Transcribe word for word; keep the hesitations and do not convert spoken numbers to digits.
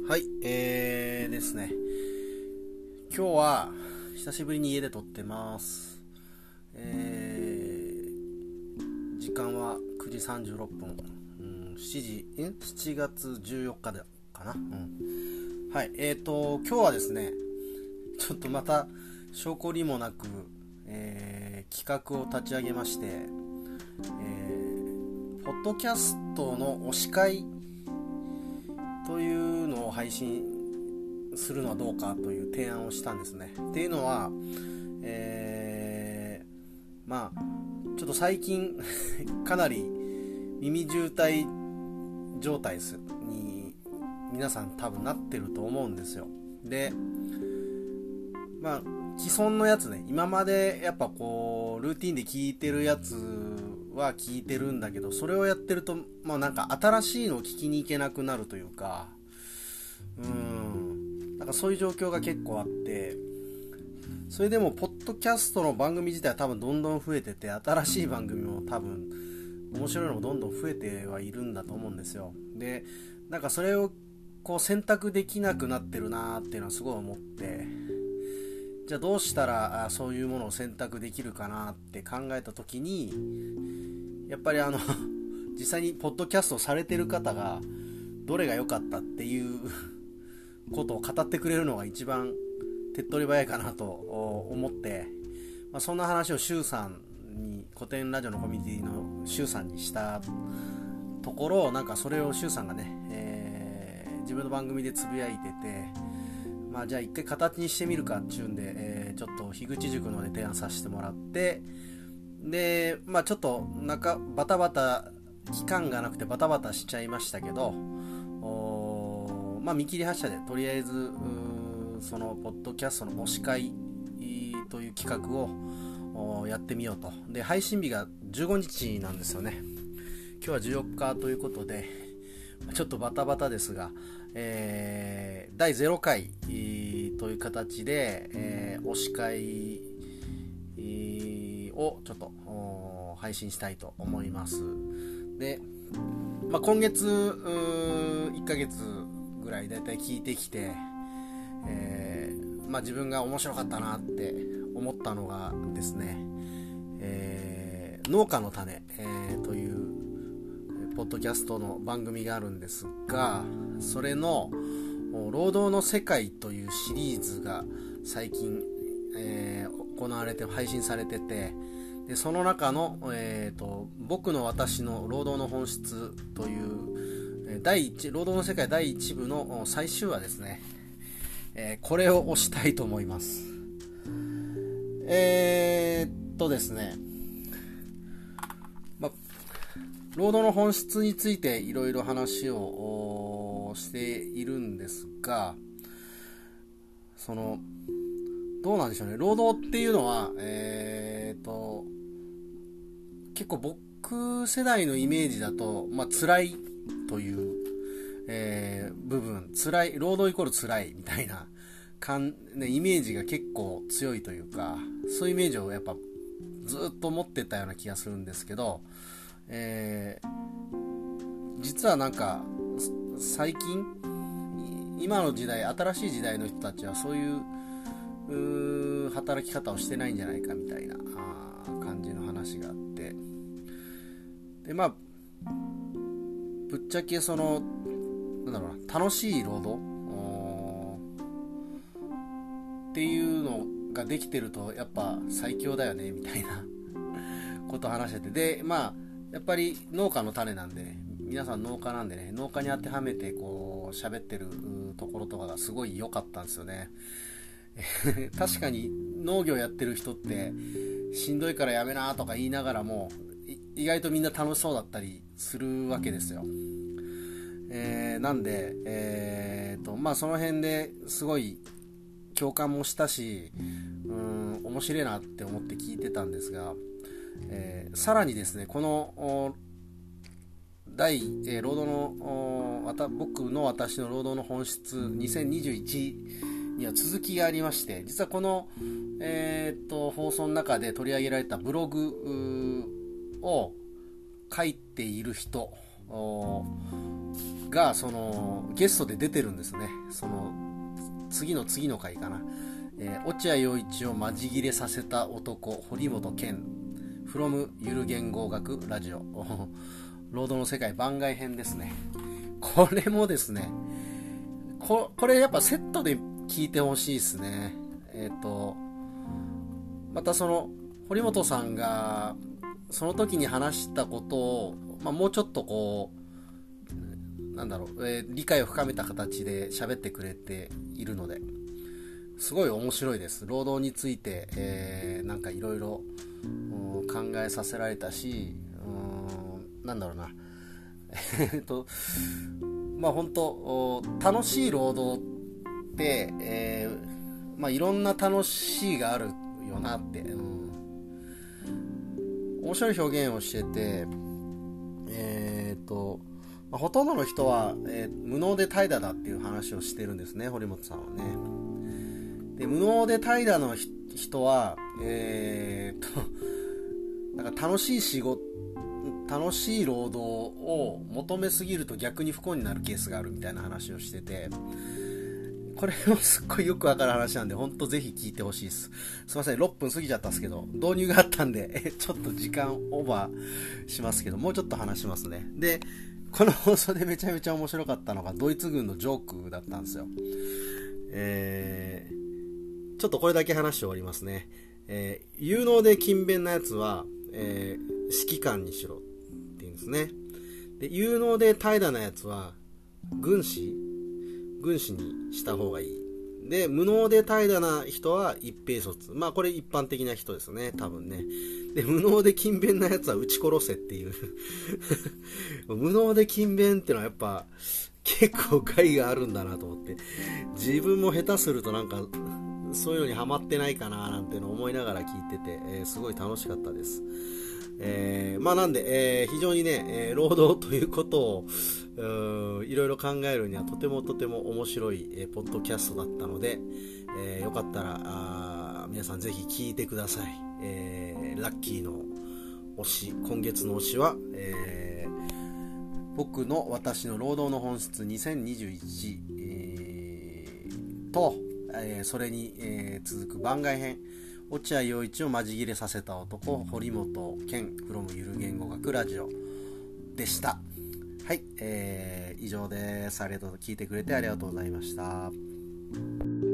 はい、えーですね。今日は久しぶりに家で撮ってます。えー、時間はくじさんじゅうろっぷん、うん、しちじ、ん ?しち 月じゅうよっかでかな、うん、はい、えーと、今日はですね、ちょっとまた証拠りもなく、えー、企画を立ち上げまして、えー、ポッドキャストの推し会というのを配信するのはどうかという提案をしたんですね。っていうのは、えー、まあちょっと最近かなり耳渋滞状態に皆さん多分なってると思うんですよ。で、まあ既存のやつね、今までやっぱこうルーティンで聞いてるやつは聞いてるんだけど、それをやってると、まあなんか新しいのを聞きに行けなくなるというか、うーん、なんかそういう状況が結構あって、それでもポッドキャストの番組自体は多分どんどん増えてて、新しい番組も多分面白いのもどんどん増えてはいるんだと思うんですよ。で、なんかそれをこう選択できなくなってるなーっていうのはすごい思って、じゃあどうしたらそういうものを選択できるかなって考えた時に、やっぱりあの実際にポッドキャストをされてる方がどれが良かったっていうことを語ってくれるのが一番手っ取り早いかなと思って、まあ、そんな話をシュウさんに、古典ラジオのコミュニティのシュウさんにしたところ、なんかそれをシュウさんがね、えー、自分の番組でつぶやいてて、まあじゃあ一回形にしてみるかっていうんで、えー、ちょっと樋口塾の、ね、提案させてもらって、でまあちょっとなんかバタバタ期間がなくてバタバタしちゃいましたけど、まあ見切り発車でとりあえずそのポッドキャストの推し会という企画をやってみようと。で配信日がじゅうごにちなんですよね。今日はじゅうよっかということでちょっとバタバタですが、えー、だいゼロかいという形で、えー、推し会をちょっと配信したいと思います。で、まあ、今月いっかげつぐらいだいたい聞いてきて、えーまあ、自分が面白かったなって思ったのがですね、えー、農家の種、えー、というポッドキャストの番組があるんですが、それの労働の世界というシリーズが最近、えー、行われて配信されてて、でその中の、えーと、僕の私の労働の本質という第一労働の世界だいいち部の最終話ですね、えー、これを推したいと思います。えー、っとですね、ま、労働の本質についていろいろ話をしているんですが、そのどうなんでしょうね、労働っていうのは、えー、っと結構僕世代のイメージだと、まあ、辛いという、えー、部分、辛い、労働イコール辛いみたいなかん、ね、イメージが結構強いというか、そういうイメージをやっぱずっと持ってたような気がするんですけど、えー、実はなんか最近今の時代、新しい時代の人たちはそういううー働き方をしてないんじゃないかみたいな感じの話があって、でまあぶっちゃけそのなんだろうな、楽しい労働っていうのができてるとやっぱ最強だよねみたいなことを話してて、でまあやっぱり農家の種なんで、ね、皆さん農家なんでね、農家に当てはめてこう喋ってるところとかがすごい良かったんですよね。確かに農業やってる人ってしんどいからやめなとか言いながらも意外とみんな楽しそうだったりするわけですよ。えー、なんで、えーとまあ、その辺ですごい共感もしたし、うーん面白いなって思って聞いてたんですが、えー、さらにですね、この第、えー、労働の僕の私の労働の本質にせんにじゅういちには続きがありまして、実はこの、えー、と放送の中で取り上げられたブログを書いている人がそのゲストで出てるんですね。その次の次の回かな、えー、落合陽一をまじ切れさせた男堀本健 from ゆる言語学ラジオ労働の世界番外編ですね。これもですね、こ, これやっぱセットで聞いてほしいですね。えっとまたその堀本さんがその時に話したことを、まあ、もうちょっとこうなんだろう、えー、理解を深めた形で喋ってくれているのですごい面白いです。労働について、えー、なんかいろいろ考えさせられたし、うーんなんだろうなえっとまあ本当楽しい労働って、えーまあ、いろんな楽しいがあるよなって、うん、面白い表現をしてて、えーとまあ、ほとんどの人は、えー、無能で怠惰だっていう話をしてるんですね、堀本さんはね。で無能で怠惰の人は、えーとなんか楽しい仕事楽しい労働を求めすぎると逆に不幸になるケースがあるみたいな話をしてて、これもすっごいよくわかる話なんで本当ぜひ聞いてほしいです。すいませんろっぷん過ぎちゃったんですけど、導入があったんでちょっと時間オーバーしますけど、もうちょっと話しますね。でこの放送でめちゃめちゃ面白かったのがドイツ軍のジョークだったんですよ。えー、ちょっとこれだけ話して終わりますね。えー、有能で勤勉なやつは、えー、指揮官にしろっていうんですね。で有能で怠惰なやつは軍師軍師にした方がいい。で無能で怠惰な人は一兵卒、まあこれ一般的な人ですね、多分ね。で無能で勤勉なやつは撃ち殺せっていう無能で勤勉ってのはやっぱ結構害があるんだなと思って、自分も下手するとなんかそういうのにハマってないかななんての思いながら聞いてて、えー、すごい楽しかったです。えー、まあなんで、えー、非常にね、えー、労働ということをいろいろ考えるにはとてもとても面白い、えー、ポッドキャストだったので、えー、よかったらあ皆さんぜひ聞いてください。えー、ラッキーの推し、今月の推しは、えー、僕の私の労働の本質にせんにじゅういち、えー、と、えー、それに、えー、続く番外編落合陽一をまじ切れさせた男堀本健 from ゆる言語学ラジオでした。はい、えー、以上です。ありがとう、聞いてくれてありがとうございました。